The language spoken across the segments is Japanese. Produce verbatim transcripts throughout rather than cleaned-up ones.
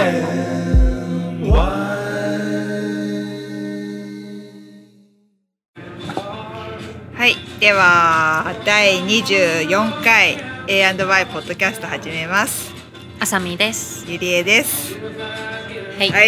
はい、ではだいにじゅうよんかい エーアンドワイ ポッドキャスト始めます。 あさみです。 ゆりえです。 はい、 はい、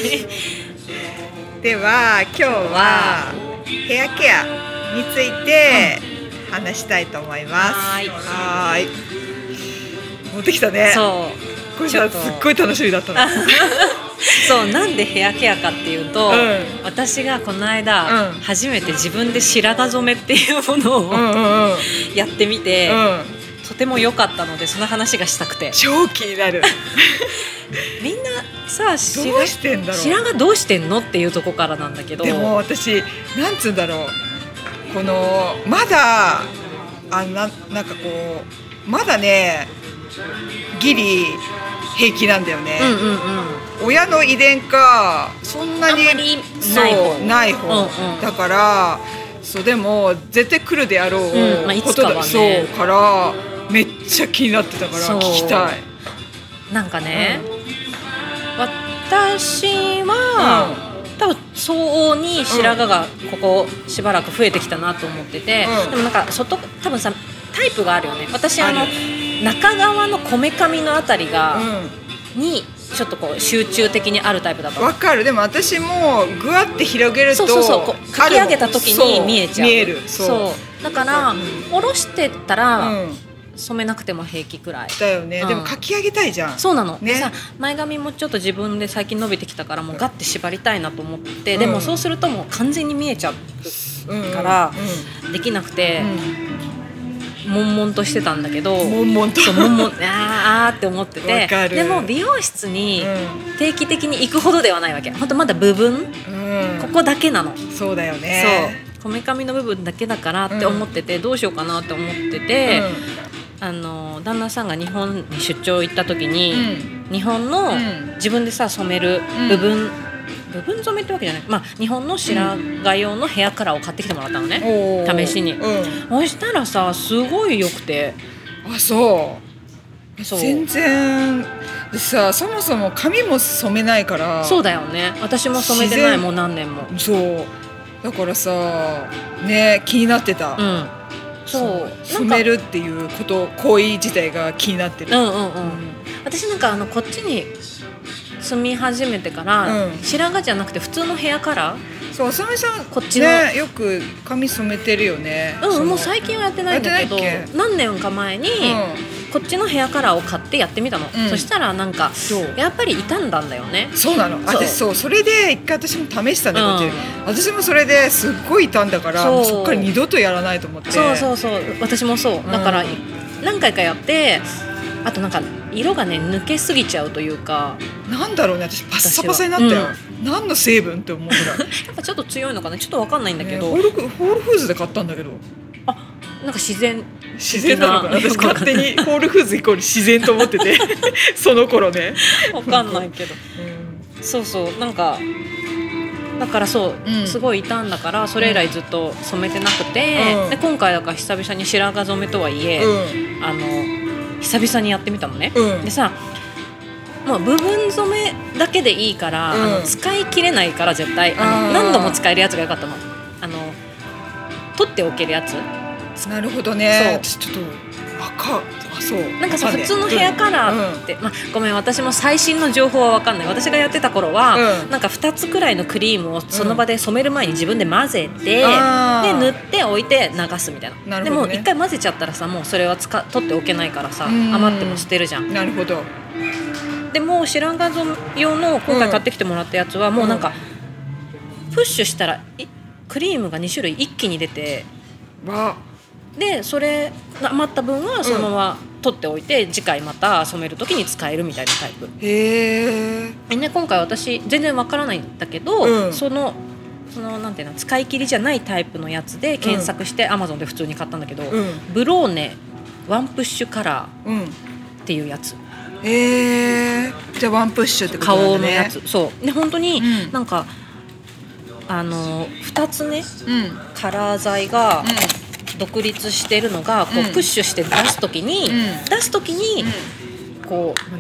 では今日はヘアケアについて話したいと思います。 はいはい、持ってきたね。 そうこれさすっごい楽しみだったの。 そう、なんでヘアケアかっていうと、 うん、 私がこの間、うん、初めて自分で白髪染めっていうものを、 うんうんうん、 やってみて、 うん、 とても良かったのでその話がしたくて。 超気になる。 みんなさ、 どうしてんだろう、 白髪どうしてんのっていうとこからなんだけど、 でも私なんつうんだろう、このまだあな、なんかこうまだねギリ平気なんだよね、 うんうんうん、 親の遺伝かそんなにあんまりない方、 そうない方、うんうん、だからそうでも絶対来るであろう、 うん、まあ、いつかはね、 そうからめっちゃ気になってたから聞きたい。 なんかね、うん、私は、うん、多分相応に白髪がここしばらく増えてきたなと思ってて、うん、でもなんか外多分さタイプがあるよね。私あの中側のこめかみのあたりが、うん、にちょっとこう集中的にあるタイプだと思う。 わかる。でも私もぐわって広げるとそうそうそう、こうかき上げた時に見えちゃう。 見える。 そう、そうだから、うん、下ろしてたら、うん、染めなくても平気くらいだよね、うん、でもかき上げたいじゃん。 そうなの、 ね、 でさ前髪もちょっと自分で最近伸びてきたからもうガッて縛りたいなと思って、うん、でもそうするともう完全に見えちゃうから、うんうん、できなくて、うん、悶々としてたんだけど、 悶々とそう悶々あーあーって思ってて、でも美容室に定期的に行くほどではないわけ。ほんとまだ部分、うん、ここだけなの。 そうだよね。 そうこめかみの部分だけだからって思ってて、うん、どうしようかなって思ってて、うん、あの旦那さんが日本に出張行った時に、うん、日本の自分でさ染める部分、うん、部分染めってわけじゃない、まあ、日本の白髪用のヘアカラーを買ってきてもらったのね、うん、試しに、うん、そしたらさすごい良くて。 あ、そうそう全然でさ、そもそも髪も染めないから。 そうだよね、私も染めてないもん何年も。 そうだからさね、気になってた、うん、そう染めるっていうこと行為自体が気になってる、うんうんうん、 私なんかあのこっちに住み始めてから、うん、白髪じゃなくて普通のヘアカラー。そう、 浅見さんこっちの、ね、よく髪染めてるよね。 うん、もう最近はやってないんだけど何年か前に、うん、こっちのヘアカラーを買ってやってみたの、うん、そしたらなんかやっぱり傷んだんだよね。 そうなの。私そうそれで一回私も試したんだけど、うん、私もそれですっごい傷んだからそ, そっから二度とやらないと思って。 そうそうそう私もそうだから、うん、何回かやって、あとなんか色がね抜けすぎちゃうというか、 なんだろうね、私パッサパサになったよ、うん、何の成分って思うぐらいやっぱちょっと強いのかな、ちょっと分かんないんだけど、 ね、ホール、ホールフーズで買ったんだけど、 あ、なんか自然自然なのかな、私勝手にホールフーズイコール自然と思っててその頃ね分かんないけど、うん、そうそうなんかだからそう、うん、すごい傷んだからそれ以来ずっと染めてなくて、うん、で今回だから久々に白髪染めとはいえ、うん、あの久々にやってみたのね、うん、でさもう部分染めだけでいいから、うん、あの使い切れないから絶対あの何度も使えるやつがよかったの。あの取っておけるやつ。 なるほどね。私ちょっとわかんそうなんかさ普通のヘアカラーって、うんまあ、ごめん私も最新の情報は分かんない。私がやってた頃は、うん、なんかふたつくらいのクリームをその場で染める前に自分で混ぜて、うん、で塗って置いて流すみたい な, な、ね、でも一回混ぜちゃったらさもうそれは使取っておけないからさ余っても捨てるじゃん。 なるほど。 でも白髪染め用の今回買ってきてもらったやつはもうなんかプッシュしたらクリームがにしゅるい一気に出て、 わでそれ余った分はそのまま取っておいて、うん、次回また染める時に使えるみたいなタイプ。 へー、 ね、今回私全然わからないんだけど、うん、そのそのなんていうの使い切りじゃないタイプのやつで検索して、うん、Amazon で普通に買ったんだけど、うん、ブローネワンプッシュカラーっていうやつ、 うん、へー、じゃあワンプッシュってことなんだね。 顔のやつ。そうで本当になんか、うん、あのふたつね、うん、カラー剤が、うん独立してるのがこうプッシュして出すときに、うん、出すときに、うん、こうなんていうの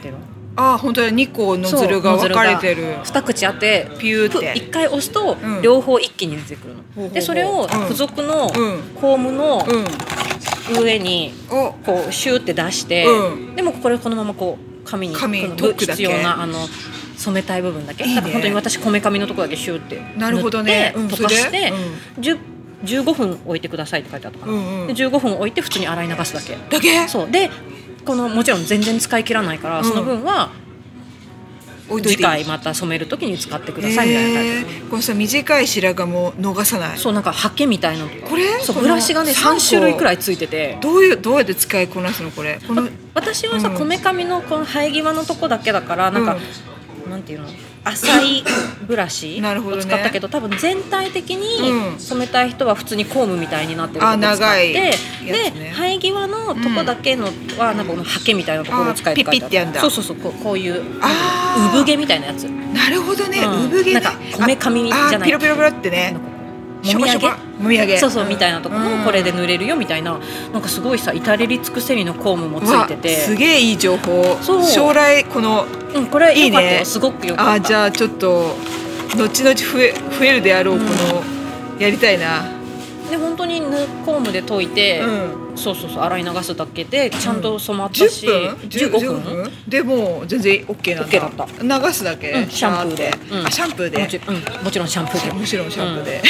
あ本当ににこノズルが分かれてる。 二口あってピューって一回押すと両方一気に出てくるの、うん、でそれを付属のコームの上にこうシューって出して、うん、でもこれこのままこう紙に紙必要なあの染めたい部分だけ、いいね、だから本当に私こめかみのところだけシューって塗って、ね、うん、溶かして、うん、じゅうじゅうごふん置いてくださいって書いてあったから、うんうん、でじゅうごふん置いて普通に洗い流すだけだけそうでこのもちろん全然使い切らないから、うん、その分は次回また染める時に使ってくださいみたいなタイプ、えー、 このさ短い白髪も逃さない。 そうなんかハケみたいなこれそうブラシがねさん種類くらいついてて、 どういうどうやって使いこなすのこれこの私はさこめかみのこの生え際のとこだけだからなんか、うん、なんていうの浅いブラシを使ったけど、ね、多分全体的に染めたい人は普通にコームみたいになってるところを使って、ね、で生え際のとこだけのはなんかこのハケみたいなところを使いて書いてある。 ピピってやんだ。 そうそうそうこう、こういう産毛みたいなやつ。 なるほどね、 うん、 産毛ね。 なんかこめかみじゃない。 ピロピロピロってね。 もみあげ、 もみあげそうそうみたいなとこもこれで塗れるよみたいな、なんかすごいさ至れり尽くせりのコームもついてて、 すげえいい情報。 そう将来このうんこれいいね、すごくよかった。 あじゃあちょっと後々増え増えるであろうこの、うん、やりたいな。 で本当にコームで溶いて、うん、そうそうそう洗い流すだけでちゃんと染まったし、 うん、じゅうごふんでもう全然 OK なんだ。 OK だった。 流すだけ、 うん、シャンプーで、 うん、あシャンプーでもち、うん、もちろんシャンプーでもちろんシャンプーで、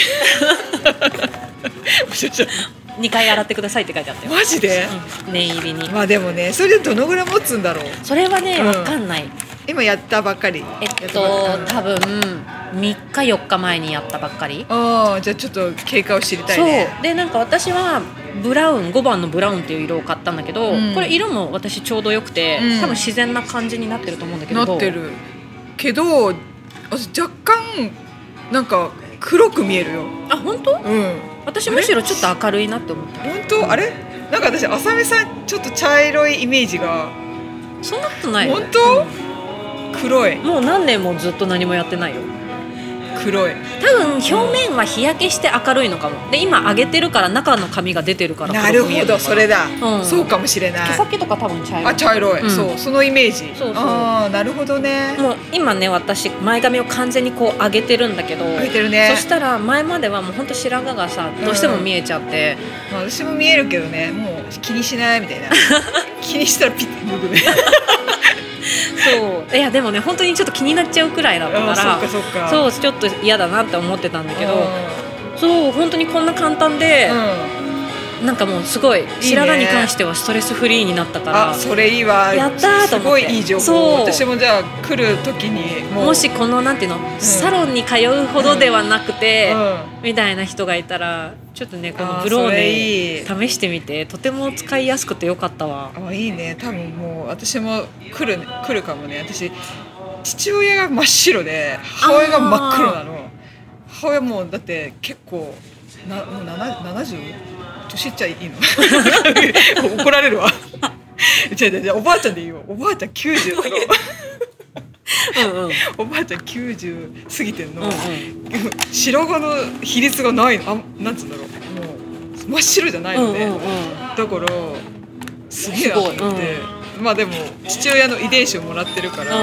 うん、にかい洗ってくださいって書いてあったよ。 マジで、 うん、念入りに。 まあでもねそれでどのぐらい持つんだろう。 それはね、うん、分かんない。 今やったばっかり。 えっと多分みっかよっかまえにやったばっかり。 ああじゃあちょっと経過を知りたいね。 そうでなんか私はブラウンごばんのブラウンっていう色を買ったんだけど、うん、これ色も私ちょうどよくて、うん、多分自然な感じになってると思うんだけど。 なってるけど若干なんか黒く見えるよ。 あ本当？ うん。 私むしろちょっと明るいなって思った。 本当？あれ？なんか私あさみさんちょっと茶色いイメージが。 そんなことないよ。 本当？うん、黒い。 もう何年もずっと何もやってないよ。 黒い。 多分表面は日焼けして明るいのかも。で今上げてるから中の髪が出てるからなるほどそれだ、うん、そうかもしれない。 毛先とか多分茶色い。 あ茶色い、 うん、 そうそのイメージ。 そうそうああなるほどね。 もう今ね私前髪を完全にこう上げてるんだけど上げてるね。 そしたら前まではもうほんと白髪がさどうしても見えちゃって、 うんまあ、私も見えるけどねもう気にしないみたいな気にしたらピッて脱ぐねそういやでもね本当にちょっと気になっちゃうくらいだったからそうかそうかそうちょっと嫌だなって思ってたんだけどそう本当にこんな簡単で、うん、なんかもうすごい白髪に関してはストレスフリーになったから。 あそれいいわ。 やったーと思って。すごいいい情報。私もじゃあ来る時にもうもしこのなんていうの、うん、サロンに通うほどではなくて、うん、みたいな人がいたらちょっとねこのブローネ試してみてとても使いやすくてよかったわ。 あいいね。多分もう私も来る来るかもね。私父親が真っ白で母親が真っ黒なの。母親もだって結構なもうななじゅう年いっちゃいいの怒られるわじゃあじゃあおばあちゃんでいいよ。おばあちゃんきゅうじゅうだろうん、うん、おばあちゃんきゅうじゅう過ぎてんの、うんうん、白髪の比率がないの。あなんつうんだろうもう真っ白じゃないのね、うんうんうん、だからすげえなと思って、うん、まあでも父親の遺伝子をもらってるから、うん、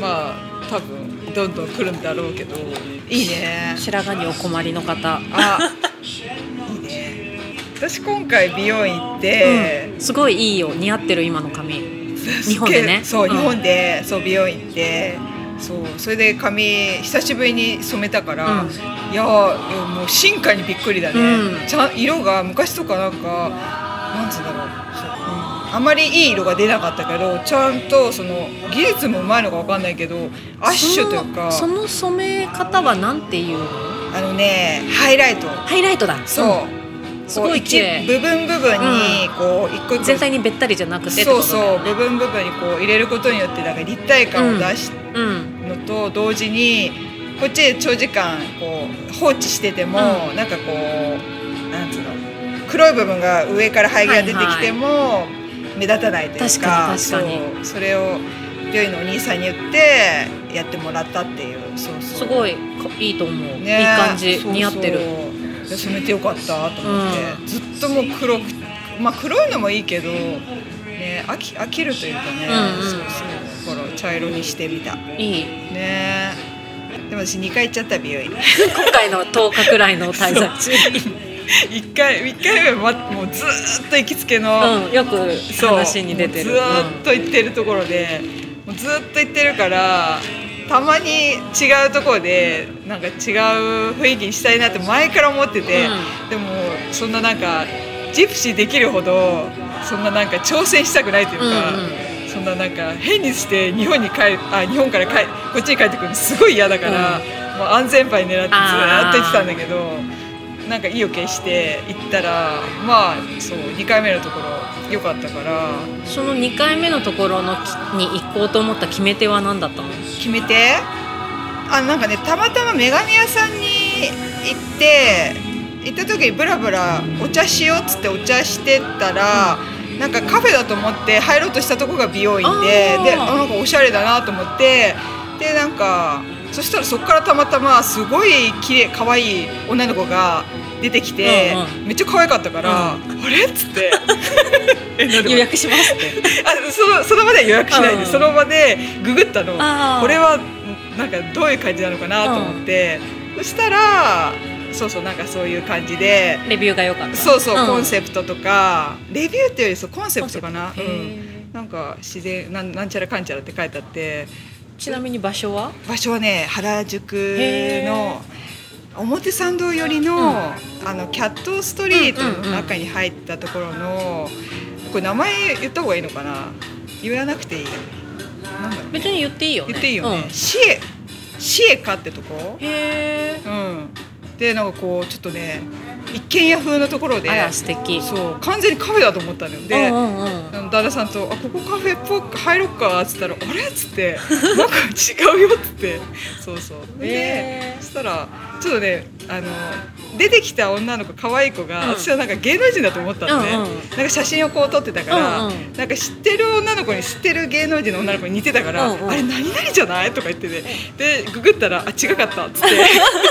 まあ多分どんどん来るんだろうけどいいね。 白髪にお困りの方あいいね。私今回美容院行って、 うん、すごいいいよ似合ってる今の髪日本でねそう、うん、日本でそう美容院行ってそうそれで髪久しぶりに染めたから、うん、いやもう進化にびっくりだね、うん、ちゃん色が昔とかなんかなんつうんだろうあまりいい色が出なかったけどちゃんとその技術もうまいのか分かんないけどアッシュというかその染め方はなんていうの？ あのねハイライトハイライトだそう、うん、すごい綺麗部分部分にこう一個一個全体にべったりじゃなくてってことだよね。そうそう部分部分にこう入れることによってなんか立体感を出すのと同時にこっちで長時間こう放置してても、うん、なんかこうなんつうの黒い部分が上から生え際出てきても、はいはい目立たないというか、 確かに確かにそ, それを美容院のお兄さんに言ってやってもらったっていう。そうそうすごいいいと思う、ね、いい感じそうそう似合ってる。 染めてよかったと思って、うん、ずっともう黒くまあ黒いのもいいけど、ね、飽き、飽きるというかね、うんうん、そうそうだから茶色にしてみた。 いいね。でも私にかい行っちゃった美容院。 今回のとおかくらいの滞在中いっかい、いっかいめはもうずーっと行きつけの、 うん、よく話に出てる。 ずーっと行ってるところで、もうずーっと行ってるからたまに違うところでなんか違う雰囲気にしたいなって前から思ってて、うん、でもそんななんかジプシーできるほどそんななんか挑戦したくないというか、うんうん、そんななんか変にして日本に帰あ日本から帰こっちに帰ってくるのすごい嫌だから、うん、もう安全牌狙ってずーっと行ってたんだけど、なんか意を決して行ったらまあそうにかいめのところ良かったから。 そのにかいめのところのに行こうと思った決め手は何だったの？ 決め手？あ、なんかね、たまたま眼鏡屋さんに行って行った時にブラブラお茶しようっつってお茶してたら、うん、なんかカフェだと思って入ろうとしたとこが美容院で、で、あ、なんかおしゃれだなと思って、でなんかそしたらそこからたまたますごい綺麗可愛い女の子が出てきて、うんうん、めっちゃ可愛かったから、うん、あれっつって予約しますってあ そ, のその場では予約しないで、うん、その場でググったの。これはなんかどういう感じなのかなと思って、うん、そしたらそうそうなんかそういう感じでレビューが良かった。 そうそう、うん、コンセプトとかレビューっていうよりそうコンセプトかな、うん、なんか自然な ん, なんちゃらかんちゃらって書いてあって。 ちなみに場所は場所はね原宿の表参道寄りの、うん、あのキャットストリートの中に入ったところの、これ名前言った方がいいのかな、言わなくていい、なんだろう、 別に言っていいよね。 言っていいよね、うん、シエシエカってとこ。 へー、 うん、でなんかこうちょっとね一軒家風のところで、 あら素敵。 そう完全にカフェだと思ったのよ。で、うんうんうん、旦那さんとあここカフェっぽく入ろっかっつったら、あれっつってなんか違うよっつってそうそうで、そしたらちょっとねあの出てきた女の子可愛い子が、うん、私はなんか芸能人だと思ったのね、うんうん、なんか写真をこう撮ってたから、うんうん、なんか知ってる女の子に知ってる芸能人の女の子に似てたから、うんうん、あれ何々じゃないとか言ってね、でググったらあ違かったっつって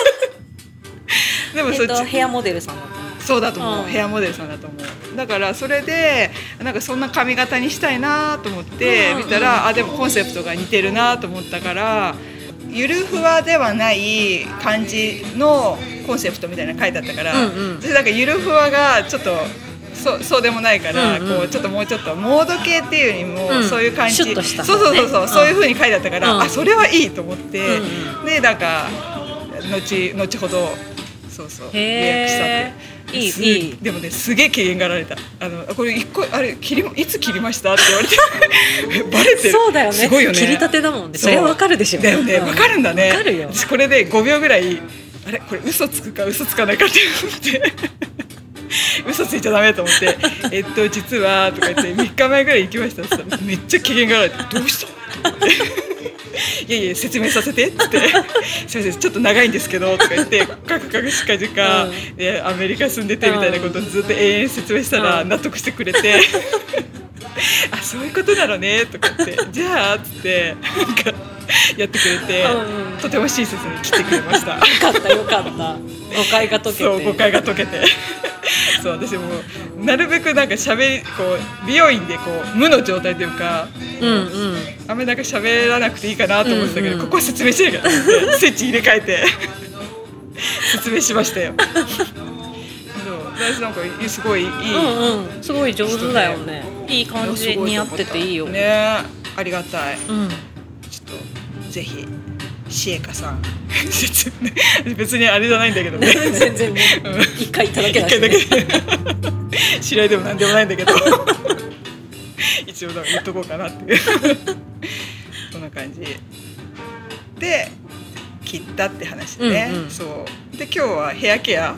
でもそっち、えっと、 ヘアモデルさんだと思う。そうだと思う、うん、ヘアモデルさんだと思う。だからそれでなんかそんな髪型にしたいなと思って見たら、うんうん、あでもコンセプトが似てるなと思ったから、ゆるふわではない感じのコンセプトみたいなの書いてあったから、うんうん、でなんかゆるふわがちょっとそ う, そうでもないから、うんうん、こうちょっともうちょっとモード系っていうよりも、うん、そういう感じ、 シュッとした、ね、 そうそうそうそう、うん、そういう風に書いてあったから、うん、あそれはいいと思って、うんうん、でなんか後後ほどそうそう予約したって。 いいいい。 でもねすげえ機嫌がられた。あのこれ一個あれ切りいつ切りましたって言われてバレてる。 そうだよね。 すごいよね。 切りたてだもんね。それはわかるでしょ。 だよね。わかるんだね。 わかるよ。 これでごびょうぐらいあれこれ嘘つくか嘘つかないかって思って嘘ついちゃダメと思ってえっと実はとか言ってみっかまえぐらい行きましたって言ったらめっちゃ機嫌がられてどうしたっていやいや説明させてってすいませんちょっと長いんですけどとか言ってカクカクしかじか、うん、でアメリカ住んでてみたいなことをずっと永遠説明したら納得してくれて、うん、あそういうことなのねとか言ってじゃあっつってなんかやってくれて、うんうん、とても親切に切ってくれました。 よかったよかった誤解が解けてそう誤解が解けてそう私もなるべくなんか喋りこう美容院でこう無の状態というか、うんうん、あんまりなんか喋らなくていいかなと思ってたけど、うんうん、ここは説明しなきゃと思ってスイッチ入れ替えて説明しましたよ。そうなんかすごいいい、 うんうん、すごい上手だよね。いい感じに合ってていいよね。ありがたい、うん、ちょっとぜひシエカさん別にあれじゃないんだけどね全然ね一回いただけだし、ね、 知り合いでもなんでもないんだけど一応言っとこうかなっていうそんな感じで切ったって話でね、うんうん、そうで今日はヘアケア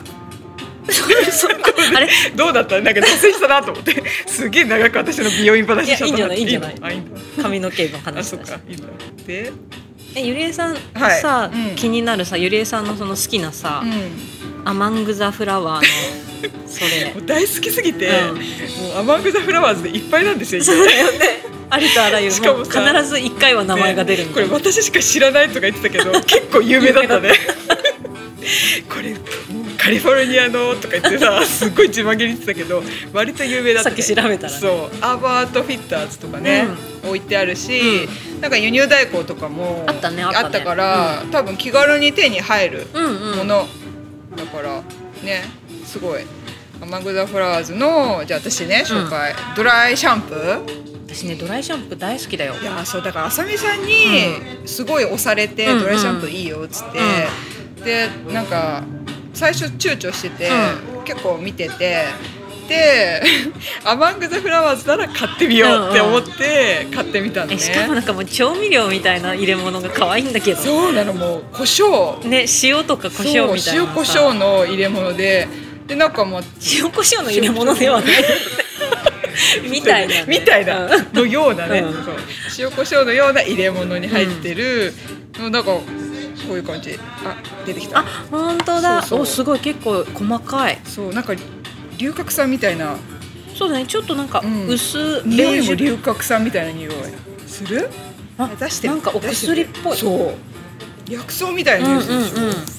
あれどうだったなんか達成したなと思ってすげえ長く私の美容院話しちゃった。 いいんじゃないいいんじゃないあいいんだ髪の毛の話だし。 あそっかいいんだでえゆりえさんさ、はいうん、気になるさゆりえさんのその好きなさ、うん、アマング・ザ・フラワーのそれもう大好きすぎて、うん、もうアマング・ザ・フラワーズでいっぱいなんですよ。 そうだよねありとあらゆるしかもさもう必ずいっかいは名前が出るみたいな、 ね、これ私しか知らないとか言ってたけど結構有名だったねこれ書カリフォルニアのとか言ってさすっごい自慢げに言ってたけど割と有名だった、ね、 さっき調べたら、ね、 そうアーバートフィッターズとかね、うん、置いてあるし、うん、なんか輸入代行とかもあったね、あったね、 あったから、うん、多分気軽に手に入るもの、 うんうん、 だからねすごいアマグダフラワーズのじゃあ私ね紹介、うん、ドライシャンプー私ねドライシャンプー大好きだよ。 いやそうだからあさみさんにすごい押されて、うん、ドライシャンプーいいよっつって、うん、でなんか最初躊躇してて、うん、結構見ててでアマング・ザ・フラワーズなら買ってみようって思って買ってみたのね、うんうん、 しかもなんかもう調味料みたいな入れ物が可愛いんだけどそうなのもう胡椒ね塩とか胡椒みたいな塩胡椒の入れ物ででなんかもう塩胡椒の入れ物ではないみたいな、ね、 みたいなのようなね、うん、そう塩コショウのような入れ物に入ってる、うん、なんかこういう感じあ出てきたあ本当だそうそうおすごい結構細かいそうなんか龍角散みたいなそうだねちょっとなんか薄、 うん、匂いも龍角散みたいな匂いするあ出してなんかお薬っぽいそう薬草みたいな匂いするでしょ、うんうんうん、そうそう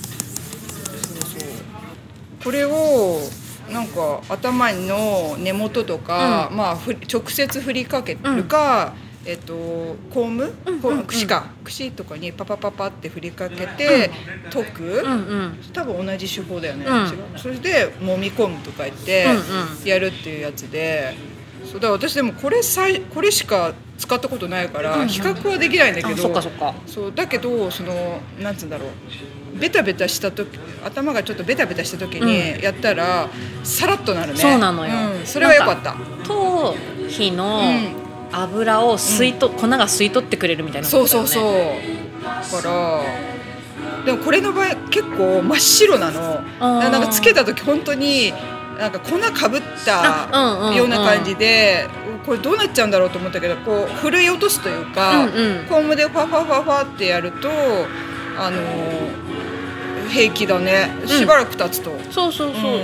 これをなんか頭の根元とか、うんまあ、直接振りかけるか、うんえっと、コーム、うんうんうん、櫛か櫛とかにパパパパって振りかけて、うん、溶く、うんうん、多分同じ手法だよね、うん、違うそれで揉み込むとか言ってやるっていうやつで、うんうん、そうだから私でもこれさいこれしか使ったことないから比較はできないんだけど、うんうん、 そっかそっかそうだけどそのなんつうんだろうベタベタした時頭がちょっとベタベタした時にやったら、うん、さらっとなるねそうなのよ、 うん、それは良かった頭皮の油を吸いと、うん、粉が吸い取ってくれるみたいなことだよねそうそうそうだからでもこれの場合結構真っ白なのなんかつけた時本当になんか粉かぶったような感じで、うんうんうん、これどうなっちゃうんだろうと思ったけどこうふるい落とすというか、うんうん、コームでファファファファってやるとあの平気だねしばらく経つと、うん、 そうそうそう、うん、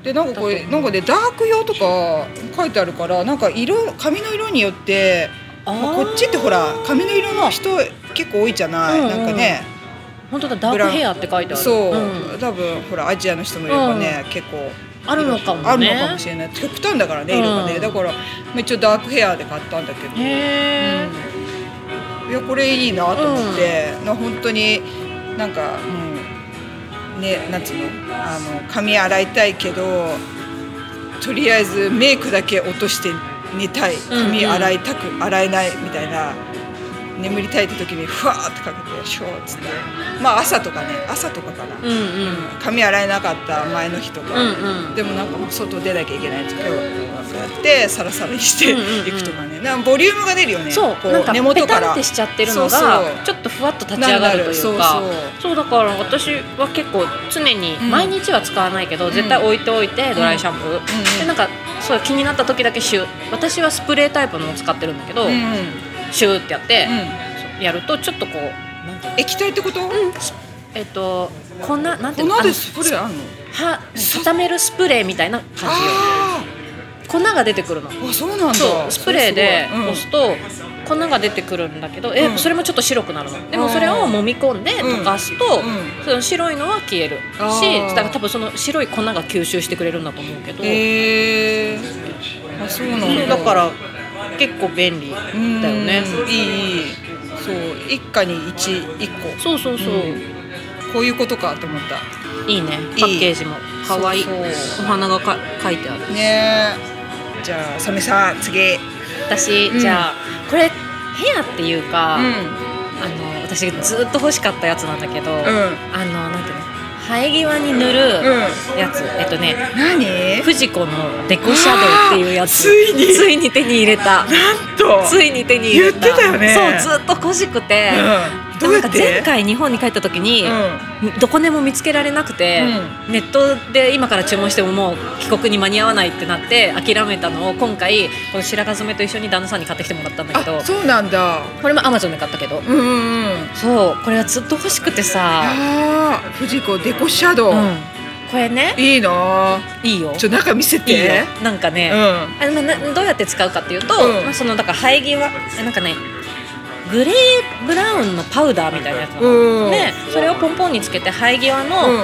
でなんかこれなんかねダーク用とか書いてあるからなんか色髪の色によってまあ、こっちってほら髪の色の人結構多いじゃない、うんうん、なんかね本当だダークヘアって書いてあるそう、うん、多分ほらアジアの人もいればね、うん、結構あるのかもねあるのかもしれない極端だからね色がね、うん、だから一応ダークヘアで買ったんだけどへー、 うん、いやこれいいなと思って、うん、な本当になんか、うん、ねなんつうのあの髪洗いたいけどとりあえずメイクだけ落として寝たい髪洗いたく、うんうん、洗えないみたいな眠りたいって時にふわーってかけてショーッつってまあ朝とかね朝とかかな、うんうん、髪洗えなかった前の日とか、うんうん、でもなんかもう外出なきゃいけない時今日はこうやってサラサラにしていくとかね、うんうんうん、なんかボリュームが出るよねそうこうなんか根元からペタンってしちゃってるのがそうそうちょっとふわっと立ち上がるというかそうそうそうだから私は結構常に毎日は使わないけど、うん、絶対置いておいて、うん、ドライシャンプー、うんうん、でなんかそう気になった時だけシュー私はスプレータイプのを使ってるんだけど、うんうん、シューってやって、うん、やるとちょっとこうなんていうの液体ってこと、うん、 えっと粉なんていうの粉でスプレーあんのは固めるスプレーみたいな感じよ粉が出てくるのあそうなんだそうスプレーで押すと粉が出てくるんだけど、うん、えそれもちょっと白くなるのでもそれを揉み込んで溶かすと、うん、その白いのは消えるしだから多分その白い粉が吸収してくれるんだと思うけどへーあそうなんだだから結構便利だよねいいいいそう一家に一一個そうそうそう、うん、 こういうことかと思ったいいねパッケージもかわいいそうそうお花がか書いてあるねじゃあサメさん次私、うん、じゃあこれヘアっていうか、うん、あの私ずっと欲しかったやつなんだけど、うん、あのなんていうの生え際に塗るやつ、うん、えっとね何フジコのデコシャドウっていうやつついについに手に入れたなんとついに手に入れた言ってたよねそうずっと欲しくて、 うんどうやって？ なんか前回日本に帰った時に、うん、どこでも見つけられなくて、うん、ネットで今から注文してももう帰国に間に合わないってなって諦めたのを今回この白髪染めと一緒に旦那さんに買ってきてもらったんだけどあそうなんだこれもアマゾンで買ったけど、うんうんうん、そうこれはずっと欲しくてさあフジコデコシャドウ、うん、 これねいいないいよちょ中見せていいよなんかね、うん、あなどうやって使うかっていうと、うんまあ、そのだから生え際なんかねグレーブラウンのパウダーみたいなやつなの、うん、でそれをポンポンにつけて生え際の、うん、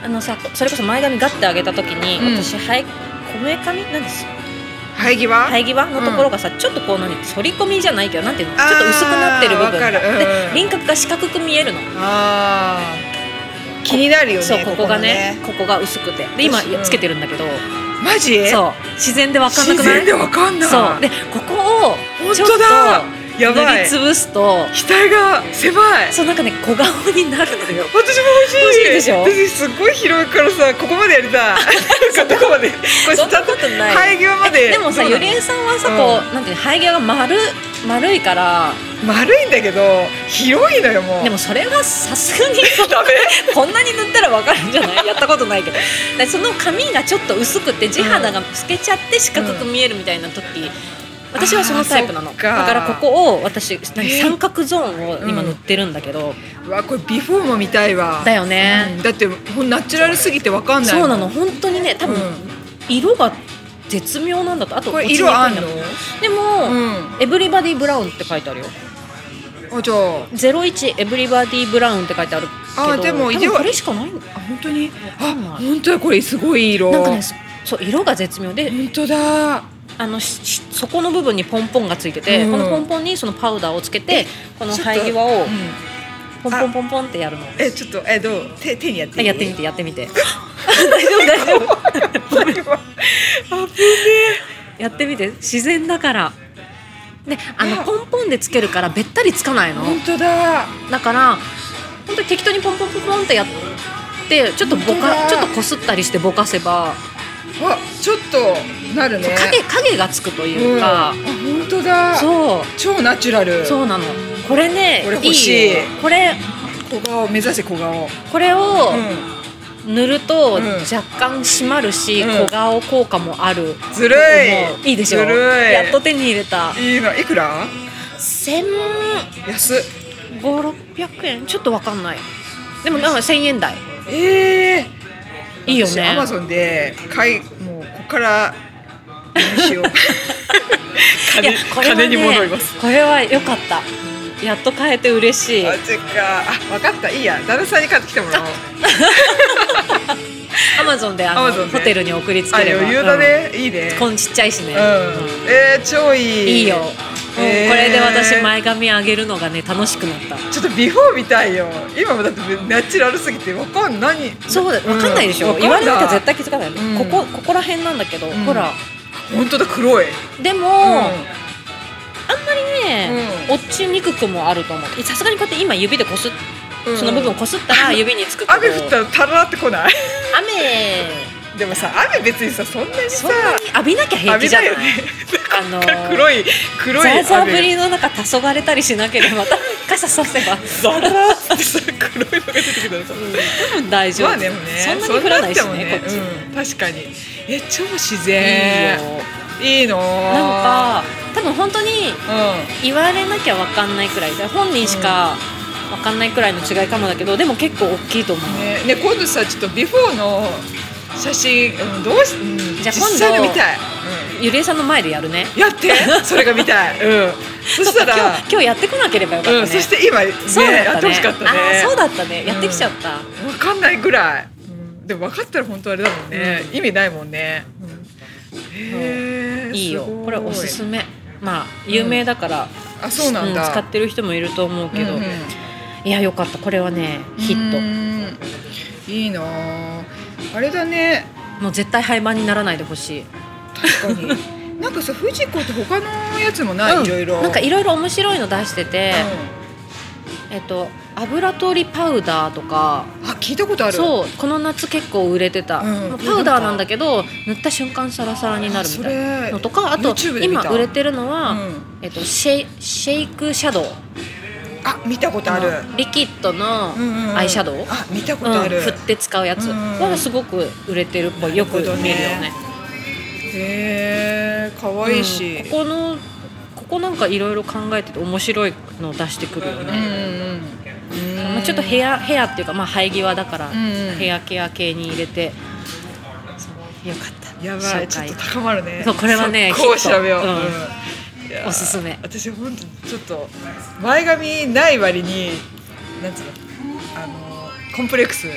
あのさそれこそ前髪ガッて上げた時に、 うん、 私生えこめ髪なんです生え際生え際のところがさ、うん、ちょっとこう何反り込みじゃないけどなんていうのちょっと薄くなってる部分が、うん、で輪郭が四角く見えるの。 あ気になるよね。 そうここがねここが薄くてで今つけてるんだけど、 マジ？ そう自然で分かんなくない？ 自然で分かんない。 そうでここをちょっとやばい塗りつぶすと額が狭い。 そうなんかね小顔になるのよ。 私も欲しい。 欲しいでしょ。 私すっごい広いからさここまでやりたい。どこまで？これそんなことない。 生え際まで。 でもさゆりえさんはさ、うん、こうなんていう生え際が丸丸いから丸いんだけど広いのよもう。 でもそれはさすがにダメこんなに塗ったら分かるんじゃない？やったことないけどでその髪がちょっと薄くて地肌が透けちゃって四角く見えるみたいな時、うん、私はそのタイプなの。だからここを私何三角ゾーンを今塗ってるんだけど、 うん、うわこれビフォーも見たいわ。 だよね、 うん、だってほんナチュラルすぎて分かんないもん。 そうなの本当にね多分、うん、色が絶妙なんだと。あとこれ色あんの？ でも、 うん、 エブリバディブラウンって書いてあるよ。 あじゃあゼロいちエブリバディブラウンって書いてあるけど、 あでも色これしかない。 あ本当にあ本当だこれすごい色。 なんかねそう色が絶妙で本当だ。 あの底の部分にポンポンがついてて、うん、このポンポンにそのパウダーをつけてこの生え際をポンポンポンポンってやるの。 えちょっとえどう 手, 手にやってみてやってみてやってみて大丈夫大丈夫あぶねやってみて自然だからであのポンポンでつけるからべったりつかないの。 本当だ。 だから本当に適当にポンポンポンポンってやってちょっとぼかちょっとこすったりしてぼかせばあちょっとなるね。 影影がつくというか、 うん、あ本当だ。 そう超ナチュラル。そうなの。これねこれ欲しい。 いいこれ小顔目指せ小顔。 これを、うん、塗ると、 うん、 若干締まるし、うん、小顔効果もある。 ずるい。 いいでしょ。 ずるい。 やっと手に入れた。 いいのいくら？ 千安っ。 五六百円ちょっとわかんない。でもなんか千円台。 ええー。 いいよね。 アマゾンで買いもうここから何しよう金, いやこれは、ね、金に戻ります。 これは良かった。やっと買えて嬉しい。 マジか。あ分かったいいや旦那さんに買ってきてもらおう。 アマゾンであのホテルに送りつければ余裕だね、うん、いいね。 こんちっちゃいしね。うん、 えー、超いい。 いいよ。えー、これで私前髪上げるのがね楽しくなった。 ちょっとビフォー見たいよ。今もだってナチュラルすぎてわかんない。 そうだわかんないでしょ、うん、言われなきゃ絶対気づかない、うん、ここここら辺なんだけど、うん、ほら本当だ黒い。 でも、うん、あんまりね、うん、落ちにくくもあると思う。さすがにこうやって今指でこすっ、うん、その部分こすったら指につくけど雨降ったらタララってこない？ 雨でもさ雨別にさそんなにさそんなに浴びなきゃ平気じゃない？ 浴びないよね。 あのー、 黒い黒い雨ザーザー降りの中黄昏れたりしなければまた傘させばザラーってさ黒いのが出てきたらさ、 うん、多分大丈夫。 まあでもねそんなに降らないしね、 ねこっち、 うん、確かにえ超自然いいの。 なんか多分本当に言われなきゃ分かんないくらいで本人しか分かんないくらいの違いかもだけどでも結構大きいと思う。 ね、ね今度さちょっとビフォーの写真、うん、どうし、うん、 じゃあ今度実際の見たい、 うん、ゆりえさんの前でやるね。 やってそれが見たい、うん、そしたら今日、今日やってこなければよかったね、 うん、そして今、ね、 そうだったね、 やってほしかったね。 あそうだったねやってきちゃった、 うん、分かんないぐらい、うん、でも分かったら本当あれだもんね、うん、意味ないもんね、うん、へーいいよこれおすすめ。まあ有名だから、 うん、あそうなんだ、 うん、使ってる人もいると思うけど、うんうん、いやよかったこれはねヒット。 うんいいなあれだね。 もう絶対廃盤にならないでほしい。 確かになんかさフジコって他のやつもない、うん、いろいろなんかいろいろ面白いの出してて、うん、えっと油取りパウダーとかあ聞いたことある。そうこの夏結構売れてた、うん、パウダーなんだけど塗った瞬間サラサラになるみたいなのとかあと今売れてるのは、うんえっと、シェイ、シェイクシャドウあ見たことある。 リキッドのアイシャドウ、うんうん、 あ見たことある、 うん、振って使うやつはすごく売れてるっぽい。よく見るよね。 へーかわいいし、 うん、ここのここなんかいろいろ考えてて面白いのを出してくるよね、うんうんまあ、ちょっとヘアヘアっていうか、まあ、生え際だから、うんうん、ヘアケア系に入れてそうよかった。 やばいちょっと高まるね。 そうこれはねこう調べよう、うんうん、おすすめ。 私本当ちょっと前髪ない割になんつうのあのコンプレックス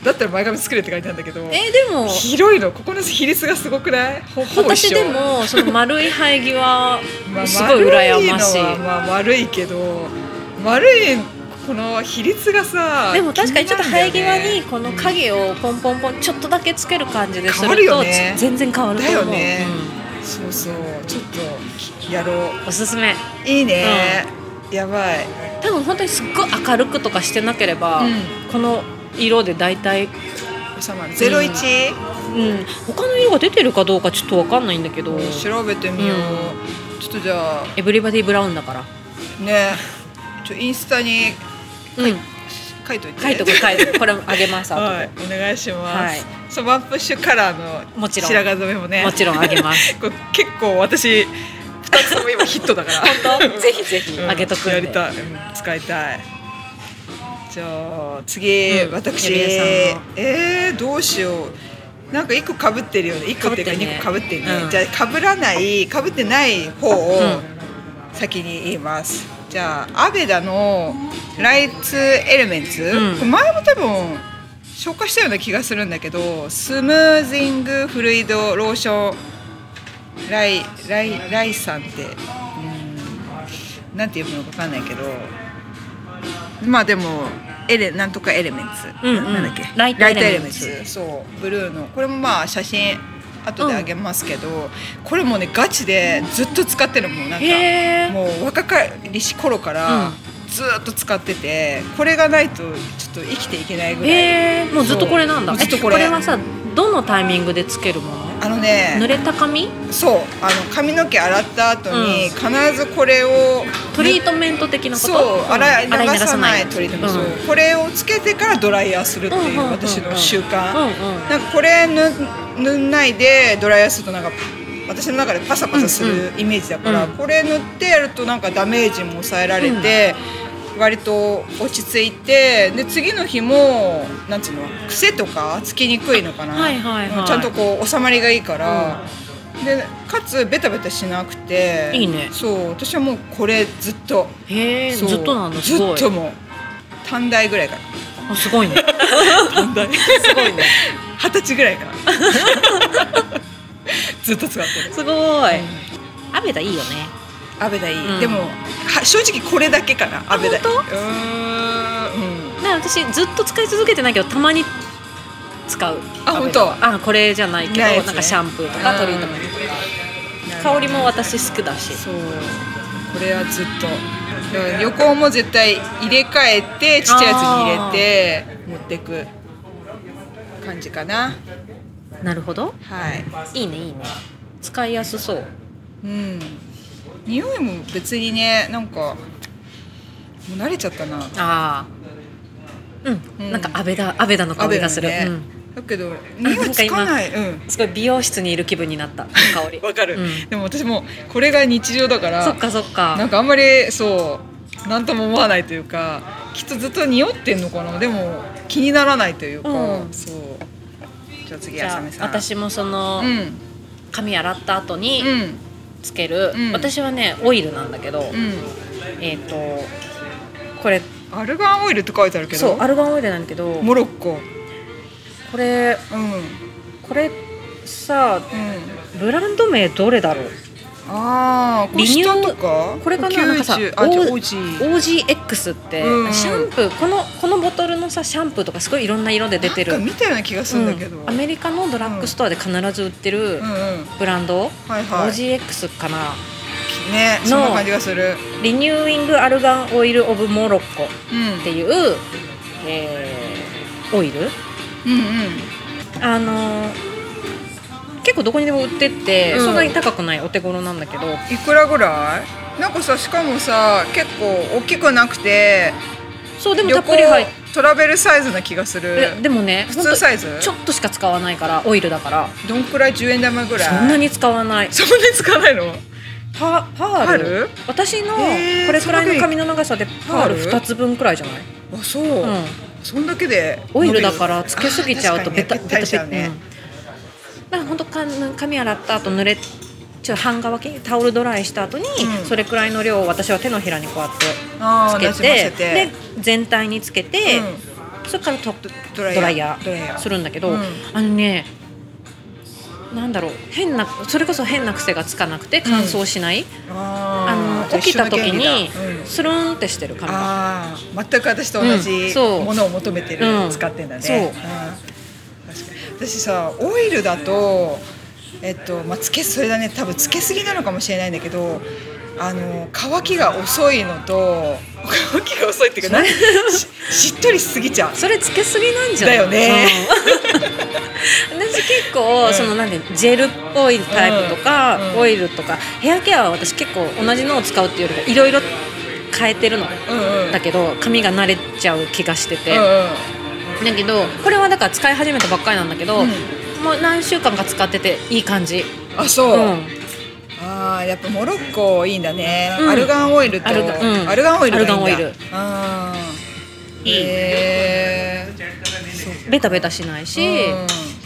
だったら前髪作れって書いてあるんだけど、 えー、でも広いの、ここの比率がすごくない？ほほぼ一緒。 私でもその丸い生え際まあ、 すごい羨ましい、 丸いのはまあ丸いけど、丸いこの比率がさ、 でも確かにちょっと生え際にこのうん影をポンポンポンちょっとだけつける感じです変わるるとよね全然変わると思う。 だよね、 うそうそう、ちょっとやろん、おすすめ。 う。いいね、やばい。 多分本当にすっごい明るくとかしてなければ、 うんこの色で大体、 収まるゼロイチ、 うん、他の色が出てるかどうかちょっと分かんないんだけど、 調べてみよう、 うちょっとじゃあエブリバディブラウンだからね、ちょインスタにうん書いといて、 書いとく書いとくこれあげます後で、 はい、お願いします、 はいそう、ワンプッシュカラーのもちろん白髪染めもね、 もちろんあげますこれ結構私ふたつとも今ヒットだから本当ぜひぜひうんあげとくんで、 やりたい、うん使いたい。じゃあ次、 うん私ゆりええー、どうしよう、なんかいっこかぶってるよね、いっこっていうか被ってるねにこかぶってるね、 うんじゃあかぶらないかぶってない方をうん先に言います。じゃあアベダのライツエレメンツ、 うんこれ前も多分紹介したような気がするんだけど、スムージングフルイドローションライライライさんって、うん、なんていうのか分かんないけど、まあでもエレなんとかエレメンツ、 うんうんなんだっけ、 ライトエレメンツライトエレメンツ、そうブルーの、これもまあ写真後であげますけど、これもねガチでずっと使ってるもん、なんかへーもう若かりし頃からずっと使ってて、これがないとちょっと生きていけないぐらい、 へーもうずっとこれなんだ。 そうずっとこれえこれはさどのタイミングでつけるもの？ あのね濡れた髪？ そう、あの髪の毛洗った後に必ずこれをトリートメント的なこと？ そう洗い流洗さないトリートメント、 うんそうこれをつけてからドライヤーするっていううんうんうんうん私の習慣、 うんうんなんかこれ塗塗んないでドライヤーするとなんか私の中でパサパサするイメージだから、 うんこれ塗ってやるとなんかダメージも抑えられて、割と落ち着いて、で次の日もなんつうの癖とかつきにくいのかな、 はいはいはいちゃんとこう収まりがいいから、でかつベタベタしなくていいね。 そう私はもうこれずっとへえそうずっとなんだ。すごいずっともう短大ぐらいからあすごいね短大すごいね二十歳ぐらいからずっと使ってる。 すごい。アベダいいよね。 アベダいい、 うんでもは正直これだけかな、アベダ。 本当？ うーん、うん、 だから私ずっと使い続けてないけどたまに使う。 あアベダ本当あこれじゃないけどないやつねなんかシャンプーとかトリートメントとか香りも私好きだし。 そうこれはずっとだから旅行も絶対入れ替えてちっちゃいやつに入れて持ってく感じかな。 なるほど。 はいいいねいいね。使いやすそう。 うん、匂いも別にね、なんかもう慣れちゃったな。 ああうん、 うんなんかアベダアベダの香りがする。 アベダねうんだけど匂いつかない。うんすごい美容室にいる気分になった香り。 わかる、 うんでも私もこれが日常だからそっかそっか。 なんかあんまりそうなんとも思わないというか、きっとずっと匂ってんのかな、でも気にならないというか、 うんそうじゃあ次じゃああさみさん。 私もその、 うん髪洗った後にうんつける、 うん私はねオイルなんだけど、 うんえっ、とこれアルガンオイルって書いてあるけど、 そうアルガンオイルなんだけどモロッコ、 これうんうん、 これさブランド名どれだろう。 ああこれリニュー下とかこれかな、なんかさきゅうじゅうあじゃあオージーオージーエックス って、 うんシャンプーこのこのボトルのさシャンプーとかすごいいろんな色で出てるなんか見たような気がするんだけど、 うんアメリカのドラッグストアで必ず売ってるうんうんブランド、 はいはいオージーエックス かな。 ね、そんな感じがする。 リニューイングアルガンオイルオブモロッコうんっていう、えーオイルうんうんあのー結構どこにでも売ってって、 うんそんなに高くないお手頃なんだけど、 いくらぐらい？なんかさ、しかもさ結構大きくなくてそうでもた旅っぷり入っ行トラベルサイズな気がする。 てでもね普通サイズほんとちょっとしか使わないからオイルだからどんくらい？じゅうえん玉ぐらい？ そんなに使わない。 そんなに使わないの？ パパールパール私のへーこれくらいの髪の長さでパールパールふたつぶんくらいじゃない？ あ、そう。 うんそんだけでオイルだからつけすぎちゃうとベタベタベタしちゃうね。 うんだから本当か髪洗った後濡れちょっと半乾きタオルドライした後に、 うんそれくらいの量を私は手のひらにこうやってあーつけてなじませてで全体につけて、 それからトドライヤードライヤドライヤーーするんだけど、 うんあのねなんだろう変なそれこそ変な癖がつかなくて乾燥しない、あの起きた時にスルンってしてる髪が、 あー全く私と同じうんそうものを求めてる、 うん使ってんだね、 そうん確かに私さオイルだとえっとまあつけそれだね多分つけすぎなのかもしれないんだけどあの乾きが遅いのと乾きが遅いっていうかな し, しっとりしすぎちゃうそれつけすぎなんじゃないだよね、 うん、私結構、うん、そのなんでジェルっぽいタイプとか、うん、オイルとかヘアケアは私結構同じのを使うっていうよりかいろいろ変えてるの、うんうん、だけど髪が慣れちゃう気がしてて、うんうん、だけどこれはだから使い始めたばっかりなんだけど、うん、もう何週間か使ってていい感じ。 あそう、うんあーやっぱモロッコいいんだね、うん、アルガンオイルとアルガ、うん、アルガンオイルがいいんだ。アルガンオイルあいい、えー、ベタベタしないし、うん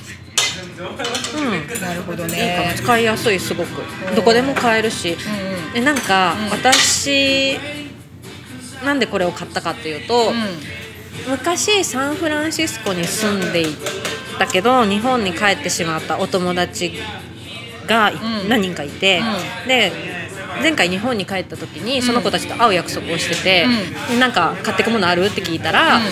うん、なるほどねいいかも使いやすいすごく、うん、どこでも買えるし、うん、でなんか、うん、私なんでこれを買ったかっていうと、うん、昔サンフランシスコに住んでいたけど日本に帰ってしまったお友達が何人かいて、うん、で前回日本に帰った時にその子たちと会う約束をしてて、うん、なんか買ってくものあるって聞いたら、うん、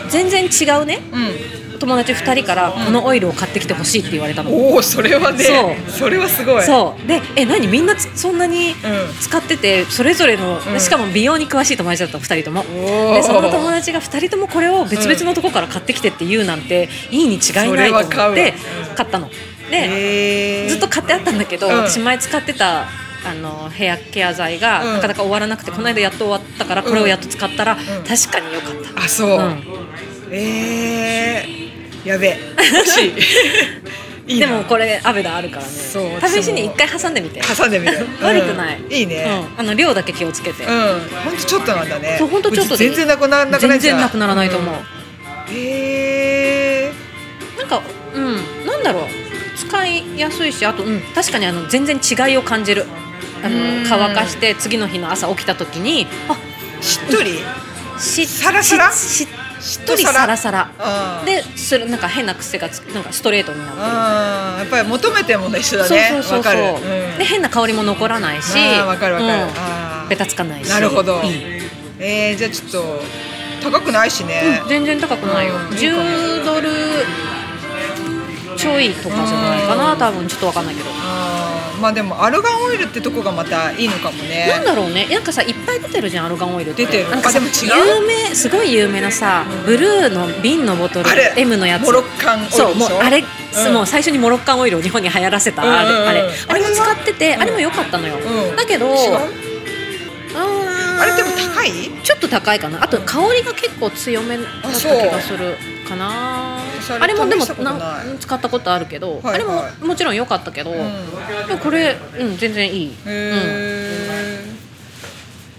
全然違うね、うん、友達ふたりからこのオイルを買ってきてほしいって言われたの、うん、 おーそれはね そ, それはすごいそうでえ何みんなそんなに使っててそれぞれの、うん、しかも美容に詳しい友達だったふたりともでその友達がふたりともこれを別々のとこから買ってきてって言うなんて、うん、いいに違いないと思って買ったのでずっと買ってあったんだけど、うん、私前使ってたあのヘアケア剤がなかなか終わらなくて、うん、この間やっと終わったからこれをやっと使ったら、うん、確かに良かった。 あそう、うん、えー、やべえ欲しいいいでもこれアベダあるからね試しに一回挟んでみて挟んでみる悪くない、 うん、いいね、 うん、あの量だけ気をつけて、 うん、ほんとちょっとなんだねそうほんとちょっとで全然なくならない全然なくならないと思う、 うん、へえー、なんかうんなんだろう使いやすいしあと、うん、確かにあの全然違いを感じるあの乾かして次の日の朝起きた時にあしっとりしサラサラし, し, しっとりサラサラでするなんか変な癖がつなんかストレートになってるあやっぱり求めてるもの一緒だねそうそうそうそう、うん、で変な香りも残らないしあ分かる分かる、うん、 あベタつかないしなるほどいいえー、じゃあちょっと高くないしね、 うん、全然高くないよ、うん、じゅうドルちょいとかじゃないかな多分ちょっと分かんないけどあまあでもアルガンオイルってとこがまたいいのかもねなんだろうねなんかさいっぱい出てるじゃんアルガンオイルって出てるなんかさあでも違う有名すごい有名なさ、うん、ブルーの瓶のボトル M のやつモロッカンオイルでしょそうもうあれ、うん、もう最初にモロッカンオイルを日本に流行らせた、うんうんうん、あれあれあれも使ってて、うん、あれも良かったのよ、うん、だけど違うあれでも高いちょっと高いかなあと香りが結構強めだった気がするかな あ, あれもでもな使ったことあるけど、はいはい、あれももちろん良かったけど、うん、でもこれ、うん、全然いい、へー、うん、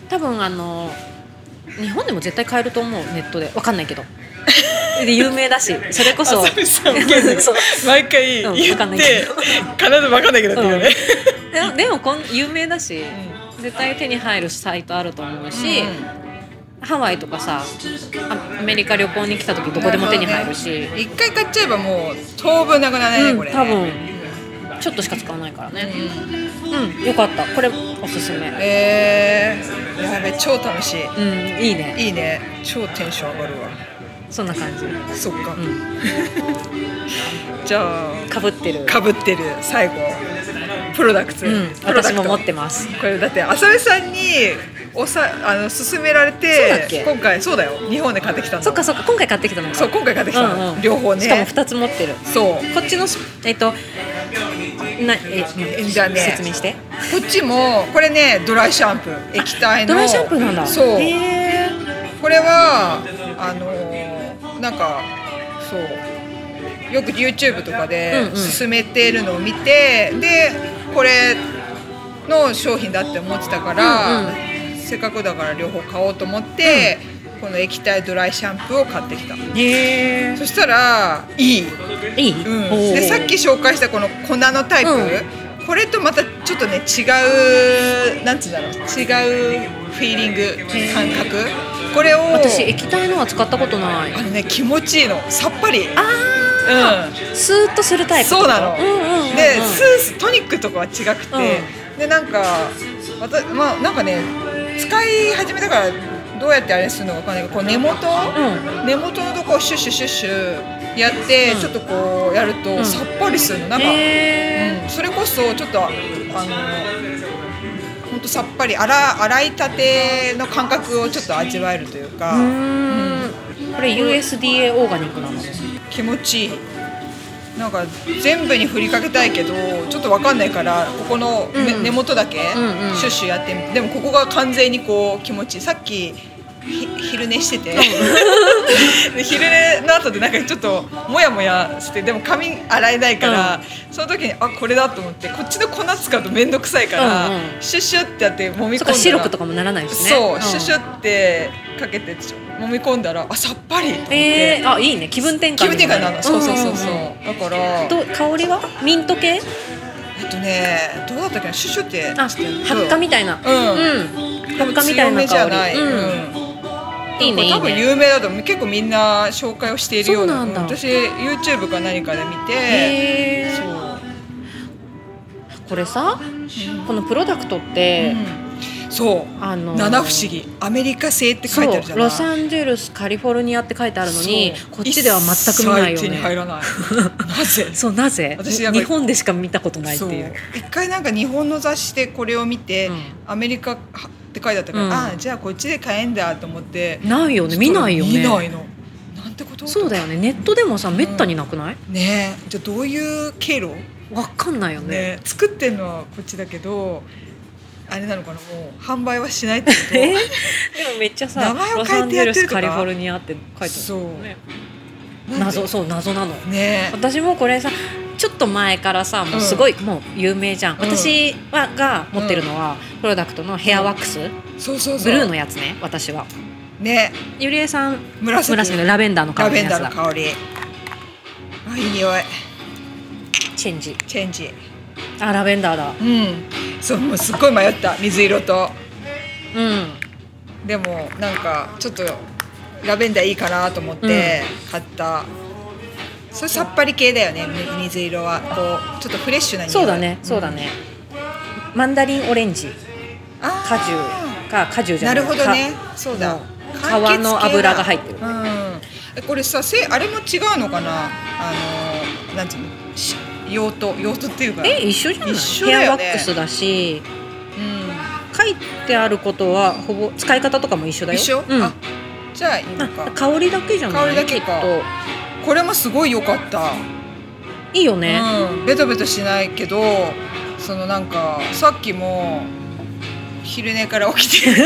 多分あの日本でも絶対買えると思うネットで分かんないけどで有名だしそれこそ毎回言って、うん、必ず分かんないけどっていうね、 うん、で, でもこん有名だし、うん、絶対手に入るサイトあると思うし、うん、ハワイとかさアメリカ旅行に来た時どこでも手に入るし、ね、 一回買っちゃえばもう当分なくならないね、うん、これね多分ちょっとしか使わないからねうん、うん、よかったこれおすすめえー、やべ超楽しいうんいいねいいね超テンション上がるわそんな感じそっか、うん、じゃあかぶってるかぶってる最後プロダクツ、 うん、 プロダクト私も持ってますこれだって浅部さんにおさあの勧められて今回そうだよ日本で買ってきたのそっかそっか今回買ってきたのかそう今回買ってきたの、うんうん、両方ねしかもふたつ持ってるそうこっちのえっとなえじゃあね説明してこっちもこれねドライシャンプー液体のドライシャンプーなんだそうへこれはあのなんかそうよく YouTube とかで勧めてるのを見て、うんうん、でこれの商品だって思ってたから、うんうん、せっかくだから両方買おうと思って、うん、この液体ドライシャンプーを買ってきた。 へー。 そしたらいいいい、 うん、でさっき紹介したこの粉のタイプ、うん、これとまたちょっとね違うなんつうんだろう違うフィーリング感覚これを私液体のは使ったことない。 あのね気持ちいいの、さっぱり。 ああ、うん、スーッとするタイプ。 そうなの、 うんうんうんうん、 でスーストニックとかは違くて、うん、でなんかわた、まあ、なんかね使い始めたからどうやってあれするのかわかんないけど、こう根元、うん、根元のとこをシュッシュシュッシュやって、うん、ちょっとこうやるとさっぱりするの、なんか、うん、それこそちょっとあのほんとさっぱり洗、洗いたての感覚をちょっと味わえるというか、うーん、 うん、これ ユーエスディーエー オーガニックなの？ 気持ちいい。なんか全部に振りかけたいけどちょっと分かんないから、ここの、うん、根元だけシュッシュやってみて、でもここが完全にこう気持ちいい。さっき昼寝しててで昼寝の後でなんかちょっとモヤモヤして、でも髪洗えないから、うん、その時にあこれだと思って、こっちの粉使うと面倒くさいから、うんうん、シュッシュってやって揉み込んだら、 そうか白くとかもならないしね。 そう、うん、シュッシュってかけて揉み込んだらあさっぱりと思って、 えー、あいいね、気分転換に気分転換なの、そうそうそうそう、うんうんうん、だからと香りはミント系？ えっとねどうだったっけな、シュッシュってあ発火みたいな、うん、うん、発火みたいな香り、うん、いいねいいね。 多分有名だと結構みんな紹介をしているような。そうなんだ。私 YouTube か何かで見て、へー、そうこれさ、うん、このプロダクトって、 うん、そう、あのー、七不思議アメリカ製って書いてあるじゃない。 ロサンゼルスカリフォルニアって書いてあるのにこっちでは全く見ないよね。 一切手に入らないなぜそうなぜ私日本でしか見たことないっていう。 一回なんか日本の雑誌でこれを見て、うん、アメリカって書いてあったから、うん、ああじゃあこっちで買えんだと思って。 ないよね、見ないよね。 見ないの。なんてこと？ そうだよね、ネットでもさ、うん、めったになくない？ ねえ、じゃあどういう経路？ わかんないよ ね, ね作ってるのはこっちだけどあれなのかな、もう販売はしないってこと？ えー、でもめっちゃさ、 名前を変えてやってるとか、ロサンゼルスカリフォルニアって書いてある、そうね、謎、そう謎なの、 ね、 私もこれさちょっと前からさもうすごい、うん、もう有名じゃん、うん、私はが持ってるのは、うん、プロダクトのヘアワックス、うん、そうそうそうブルーのやつね、私はね、ゆりえさん紫、紫のラベンダーの香りのやつだ。 ラベンダーの香り、あ、いい匂い。 チェンジチェンジあ、ラベンダーだ。 うん、そう、もうすっごい迷った、水色と、 うん、 でもなんかちょっとラベンダーいいかなと思って買った、うん、それさっぱり系だよね、水色はこうちょっとフレッシュな匂い。 そうだね、そうだね、うん、マンダリンオレンジ、果汁か果汁じゃない、 なるほどね、そうだ、 皮の油が入ってる、 うん、これさ、あれも違うのかな、あのなんていうの、用途用途っていうか、 え、一緒じゃない？ 一緒だよね。 ヘアワックスだし、うん、書いてあることはほぼ使い方とかも一緒だよ。 一緒？うん、あ、じゃあいいのか。 香りだけじゃない？ 香りだけか。これもすごい良かった。 いいよね。 うん、ベトベトしないけど、そのなんかさっきも昼寝から起きて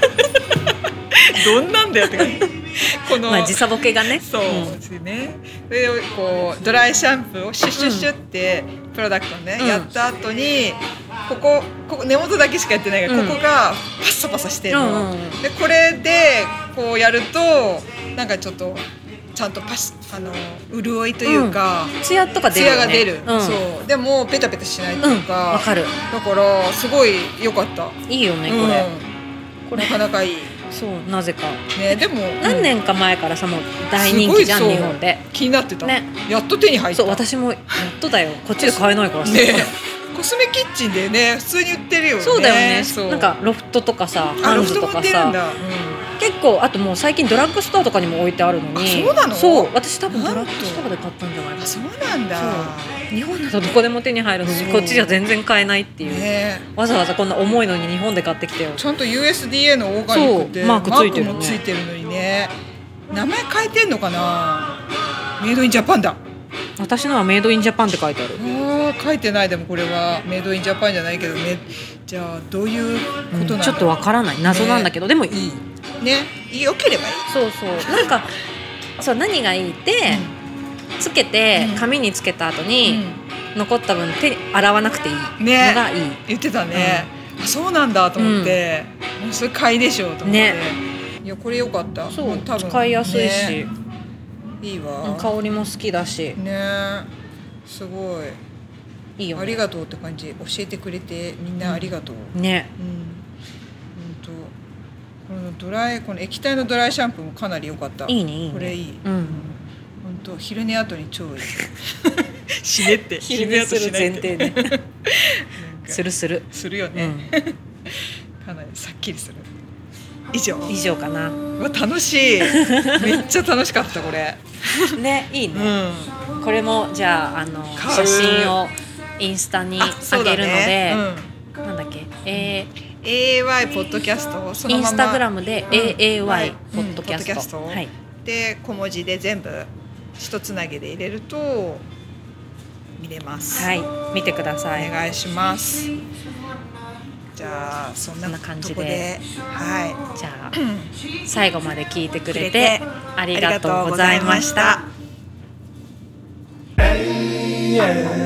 どんなんだよって感じ。この、 まあ、時差ボケがね、 そうですね、うん、それでこうドライシャンプーをシュッシュッシュってプロダクトね、うん、やった後にここ、ここ根元だけしかやってないから、うん、ここがパッサパサしてるの、うんうん、でこれでこうやるとなんかちょっとちゃんとパシあの潤いというか、 うん、ツヤとか出るよね、 ツヤが出る、うん、そうでもペタペタしないというか、 わ、うん、かる。 だからすごい良かった。 いいよねこれ、 うん、これなかなかいい。 そうなぜか、 ね、でも何年か前からさもう大人気じゃん、日本で。 気になってた、ね、やっと手に入った。 そう、私もやっとだよ、こっちで買えないからさ、 ね、コスメキッチンでね普通に売ってるよね。 そうだよね、そうなんかロフトとかさ、ハンズとかさ、うん、結構、あともう最近ドラッグストアとかにも置いてあるのに。 そうなの？ そう、私多分ドラッグストアで買ったんじゃないかな。 そうなんだ。 日本だとどこでも手に入るのにこっちじゃ全然買えないっていう、ね、わざわざこんな重いのに日本で買ってきてよ。 ちゃんと ユーエスディーエー のオーガニックってマークついてるね、 マークもついてるのにね。名前変えてんのかな。メイドインジャパンだ。 私のはメイドインジャパンって書いてある。 あー、書いてない。でもこれはメイドインジャパンじゃないけどね。じゃあどういうことなんだろう、うん、 ちょっとわからない、謎なんだけど、ね、でもいいね、良ければいい。 そうそう、なんかそう、何がいいって、うん、つけて紙につけた後に、うん、残った分手洗わなくていいのがいい、ね、 言ってたね、うん、そうなんだと思って、うん、もうそれ買いでしょうと思って、ね、いやこれ良かった。 そう、 多分使いやすいし、ね、 いいわ、 香りも好きだしね、すごいいいよ、ね、 ありがとうって感じ。教えてくれてみんなありがとう、 うん、ね、 うん、本当こののドライこの液体のドライシャンプーもかなり良かった。 いいねいいね。 これいい。 うん。 本当昼寝後に超いい。死ねって昼寝する前提ね。するするするよね。うん、かなりさっきりする。以上以上かな。 うわ楽しい。めっちゃ楽しかったこれ。 ねいいね。うん、これもじゃああの写真をインスタに上げるので、ねうん、なんだっけ、えー、 エーエーワイ ポッドキャストをそのままインスタグラムで エーエーワイ ポッドキャスト、 うんはい、で小文字で全部一つなげで入れると見れます。 はい見てください。 お願いします。じゃあそんな感じで、はい、 じゃあ最後まで聞いてくれてありがとうございました。